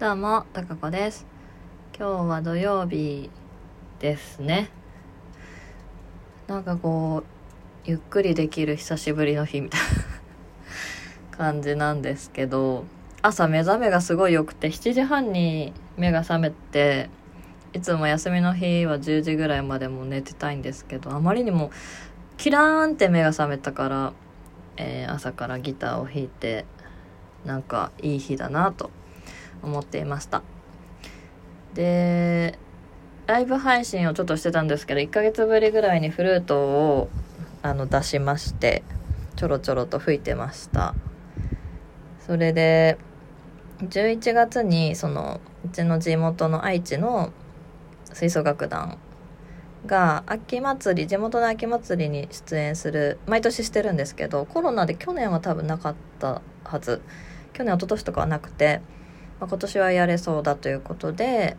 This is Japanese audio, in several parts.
どうも、たかこです。今日は土曜日ですね。なんかこうゆっくりできる久しぶりの日みたいな感じなんですけど、朝目覚めがすごい良くて7時半に目が覚めて、いつも休みの日は10時ぐらいまでも寝てたいんですけど、あまりにもキラーンって目が覚めたから、朝からギターを弾いて、なんかいい日だなと思っていました。で、ライブ配信をちょっとしてたんですけど、1ヶ月ぶりぐらいにフルートを出しまして、ちょろちょろと吹いてました。それで11月にうちの地元の愛知の吹奏楽団が地元の秋祭りに出演する、毎年してるんですけど、コロナで去年は多分なかったはず、去年一昨年とかはなくて、今年はやれそうだということで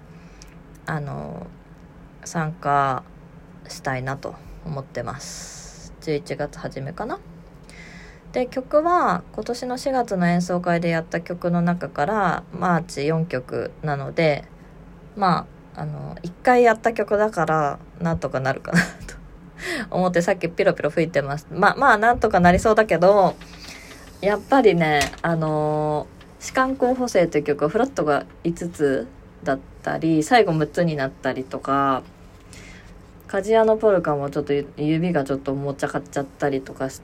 参加したいなと思ってます。11月初めかな。で、曲は今年の4月の演奏会でやった曲の中からマーチ4曲なので、1回やった曲だからなんとかなるかなと思ってさっきピロピロ吹いてます。なんとかなりそうだけど、やっぱりね士官候補生という曲はフラットが5つだったり、最後6つになったりとか、カジアのポルカもちょっと指がちょっともっちゃかっちゃったりとかして、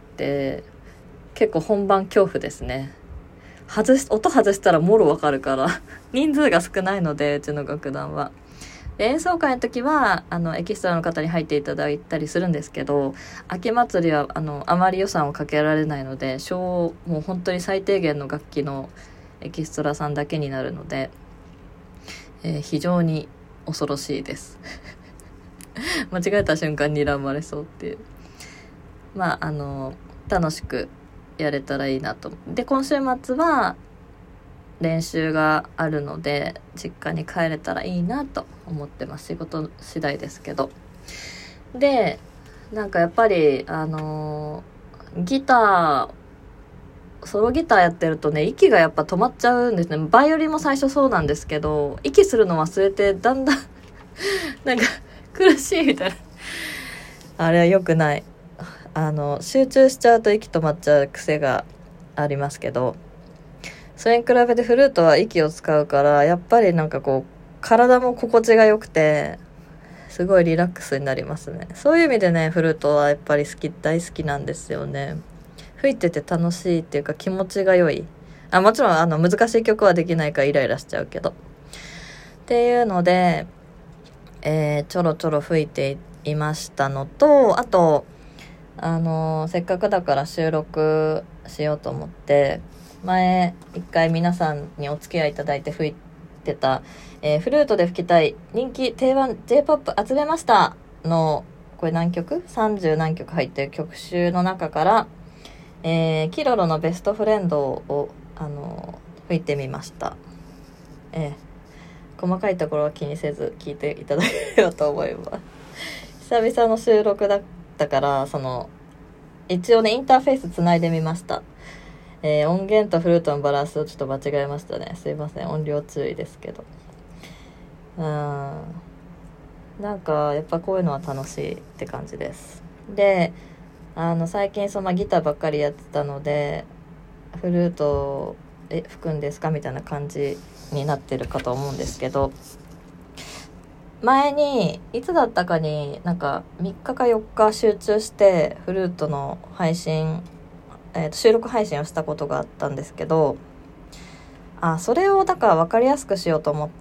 結構本番恐怖ですね。音外したらもろわかるから人数が少ないので、うちの楽団は。で、演奏会の時はエキストラの方に入っていただいたりするんですけど、秋祭りはあまり予算をかけられないので、もう本当に最低限の楽器のエキストラさんだけになるので、非常に恐ろしいです間違えた瞬間に睨まれそうっていう。楽しくやれたらいいなと。で、今週末は練習があるので実家に帰れたらいいなと思ってます。仕事次第ですけど。で、なんかやっぱりソロギターやってるとね、息がやっぱ止まっちゃうんですね。バイオリンも最初そうなんですけど、息するの忘れてだんだんなんか苦しいみたいな。あれは良くない。集中しちゃうと息止まっちゃう癖がありますけど、それに比べてフルートは息を使うから、やっぱりなんかこう体も心地が良くて、すごいリラックスになりますね。そういう意味でね、フルートはやっぱり大好きなんですよね。吹いてて楽しいっていうか、気持ちが良い。もちろん難しい曲はできないからイライラしちゃうけどっていうので、ちょろちょろ吹いていましたのと、あとせっかくだから収録しようと思って、前一回皆さんにお付き合いいただいて吹いてた、フルートで吹きたい人気定番 J-POP 集めましたの、これ何曲 ?30 何曲入ってる曲集の中から、キロロのベストフレンドを吹いてみました。細かいところは気にせず聞いていただければと思います。久々の収録だったから、一応ねインターフェースつないでみました。音源とフルートのバランスをちょっと間違えましたね。すいません、音量注意ですけど。なんかやっぱこういうのは楽しいって感じです。で、最近ギターばっかりやってたので、フルート吹くんですかみたいな感じになってるかと思うんですけど、前にいつだったかになんか3日か4日集中してフルートの配信、収録配信をしたことがあったんですけど、それをだから分かりやすくしようと思って、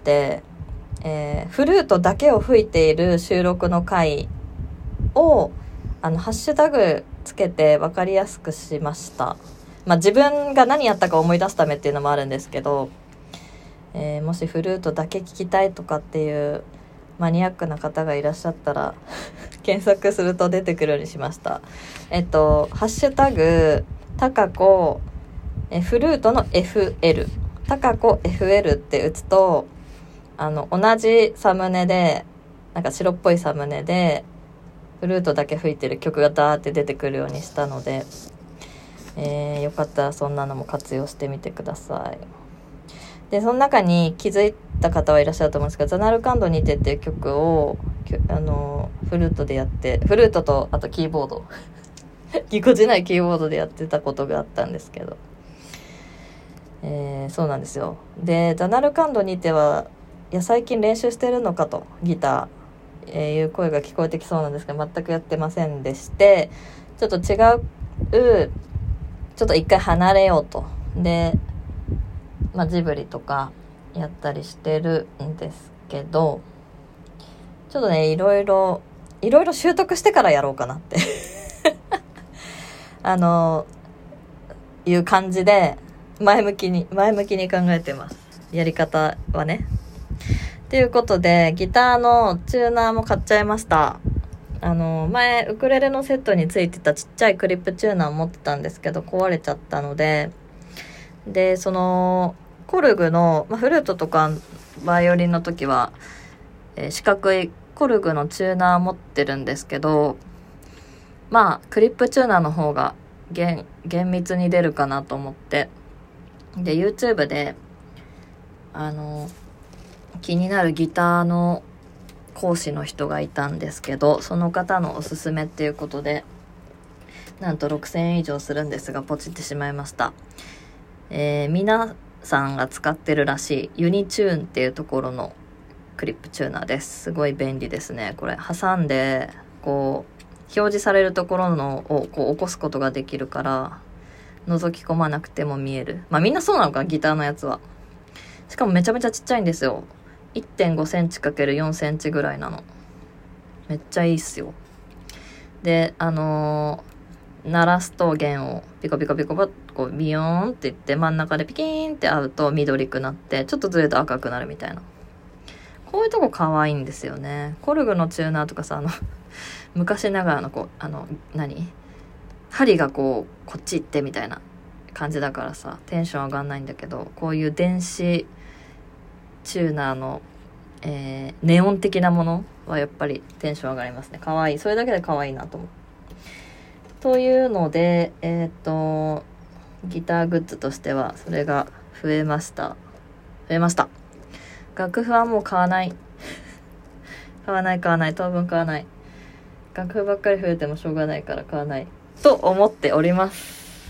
フルートだけを吹いている収録の回をハッシュタグつけて分かりやすくしました。自分が何やったか思い出すためっていうのもあるんですけど、もしフルートだけ聞きたいとかっていうマニアックな方がいらっしゃったら検索すると出てくるようにしました。ハッシュタグたかこフルートの FL たかこ FL って打つと、同じサムネでなんか白っぽいサムネでフルートだけ吹いてる曲がダーって出てくるようにしたので、よかったらそんなのも活用してみてください。 でその中に気づいた方はいらっしゃると思うんですけど、ザナルカンドにてっていう曲をフルートでやって、フルートとあとキーボードぎこちないキーボードでやってたことがあったんですけど、そうなんですよ。でザナルカンドにてはいや最近練習してるのかとギター、いう声が聞こえてきそうなんですけど、全くやってませんでして、ちょっと違う、ちょっと一回離れようと。でジブリとかやったりしてるんですけど、ちょっとねいろいろ習得してからやろうかなっていう感じで前向きに考えてます。やり方はね。ということでギターのチューナーも買っちゃいました。前ウクレレのセットについてたちっちゃいクリップチューナーを持ってたんですけど壊れちゃったので、そのコルグの、フルートとかバイオリンの時は、四角いコルグのチューナー持ってるんですけど、クリップチューナーの方が厳密に出るかなと思って、で YouTube で気になるギターの講師の人がいたんですけど、その方のおすすめっていうことでなんと6000円以上するんですがポチってしまいました。皆さんが使ってるらしいユニチューンっていうところのクリップチューナーです。すごい便利ですね。これ挟んでこう表示されるところのをこう起こすことができるから覗き込まなくても見える。みんなそうなのかな、ギターのやつは。しかもめちゃめちゃちっちゃいんですよ。 1.5 センチ ×4 センチぐらいなの。めっちゃいいっすよ。で鳴らすと弦をピコピコピコパッこうビヨーンっていって真ん中でピキーンって合うと緑くなって、ちょっとずれると赤くなるみたいな、こういうとこ可愛いんですよね。コルグのチューナーとかさ昔ながらのこう針がこっち行ってみたいな感じだからさテンション上がんないんだけど、こういう電子チューナーの、ネオン的なものはやっぱりテンション上がりますね。可愛い、それだけで可愛いなと思う。というのでギターグッズとしてはそれが増えました。楽譜はもう買わない当分買わない。楽譜ばっかり増えてもしょうがないから買わないと思っております。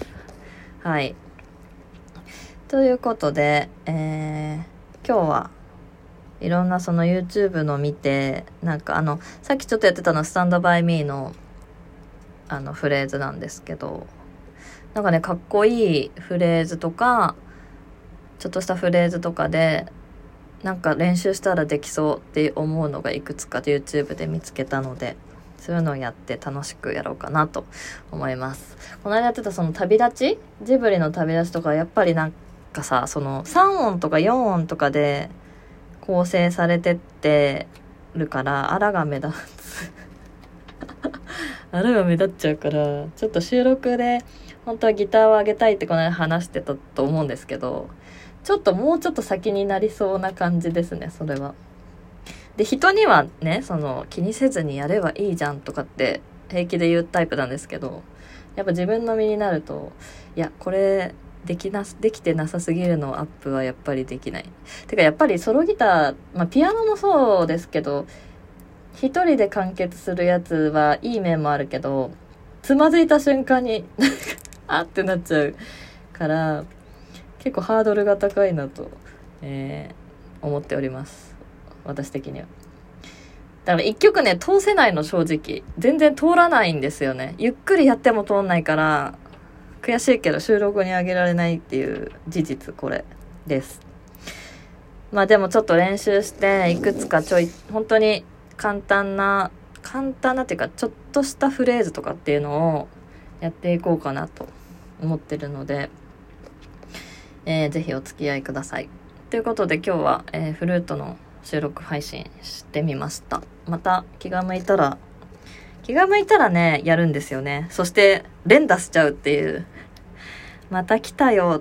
はい、ということで、今日はいろんなその YouTube の見て、さっきちょっとやってたのスタンドバイミーのフレーズなんですけど、かっこいいフレーズとかちょっとしたフレーズとかで練習したらできそうって思うのがいくつか YouTube で見つけたので、そういうのをやって楽しくやろうかなと思います。この間やってたその旅立ち、ジブリの旅立ちとかやっぱりさ、その3音とか4音とかで構成されてってるからあらが目立つあらが目立っちゃうから、ちょっと収録で本当はギターを上げたいってこの間話してたと思うんですけど、もうちょっと先になりそうな感じですね、それは。で人にはね、気にせずにやればいいじゃんとかって平気で言うタイプなんですけど、やっぱ自分の身になると、いやこれできてなさすぎるのアップはやっぱりできない。てかやっぱりソロギター、ピアノもそうですけど、一人で完結するやつはいい面もあるけど、つまずいた瞬間にあってなっちゃうから結構ハードルが高いなと、思っております、私的には。だから一曲ね通せないの、正直全然通らないんですよね。ゆっくりやっても通んないから悔しいけど収録にあげられないっていう事実、これです。でもちょっと練習していくつか本当に簡単なっていうかちょっとしたフレーズとかっていうのをやっていこうかなと思ってるので、ぜひお付き合いください。ということで今日は、フルートの収録配信してみました。また気が向いたらねやるんですよね。そして連打しちゃうっていう、また来たよって、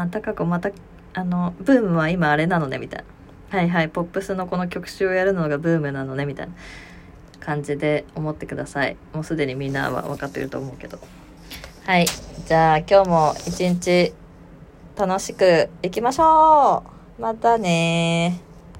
高子またブームは今あれなのねみたいな、はいはいポップスのこの曲集をやるのがブームなのねみたいな感じで思ってください。もうすでにみんなは分かってると思うけど。はい、じゃあ今日も一日楽しくいきましょう。またね。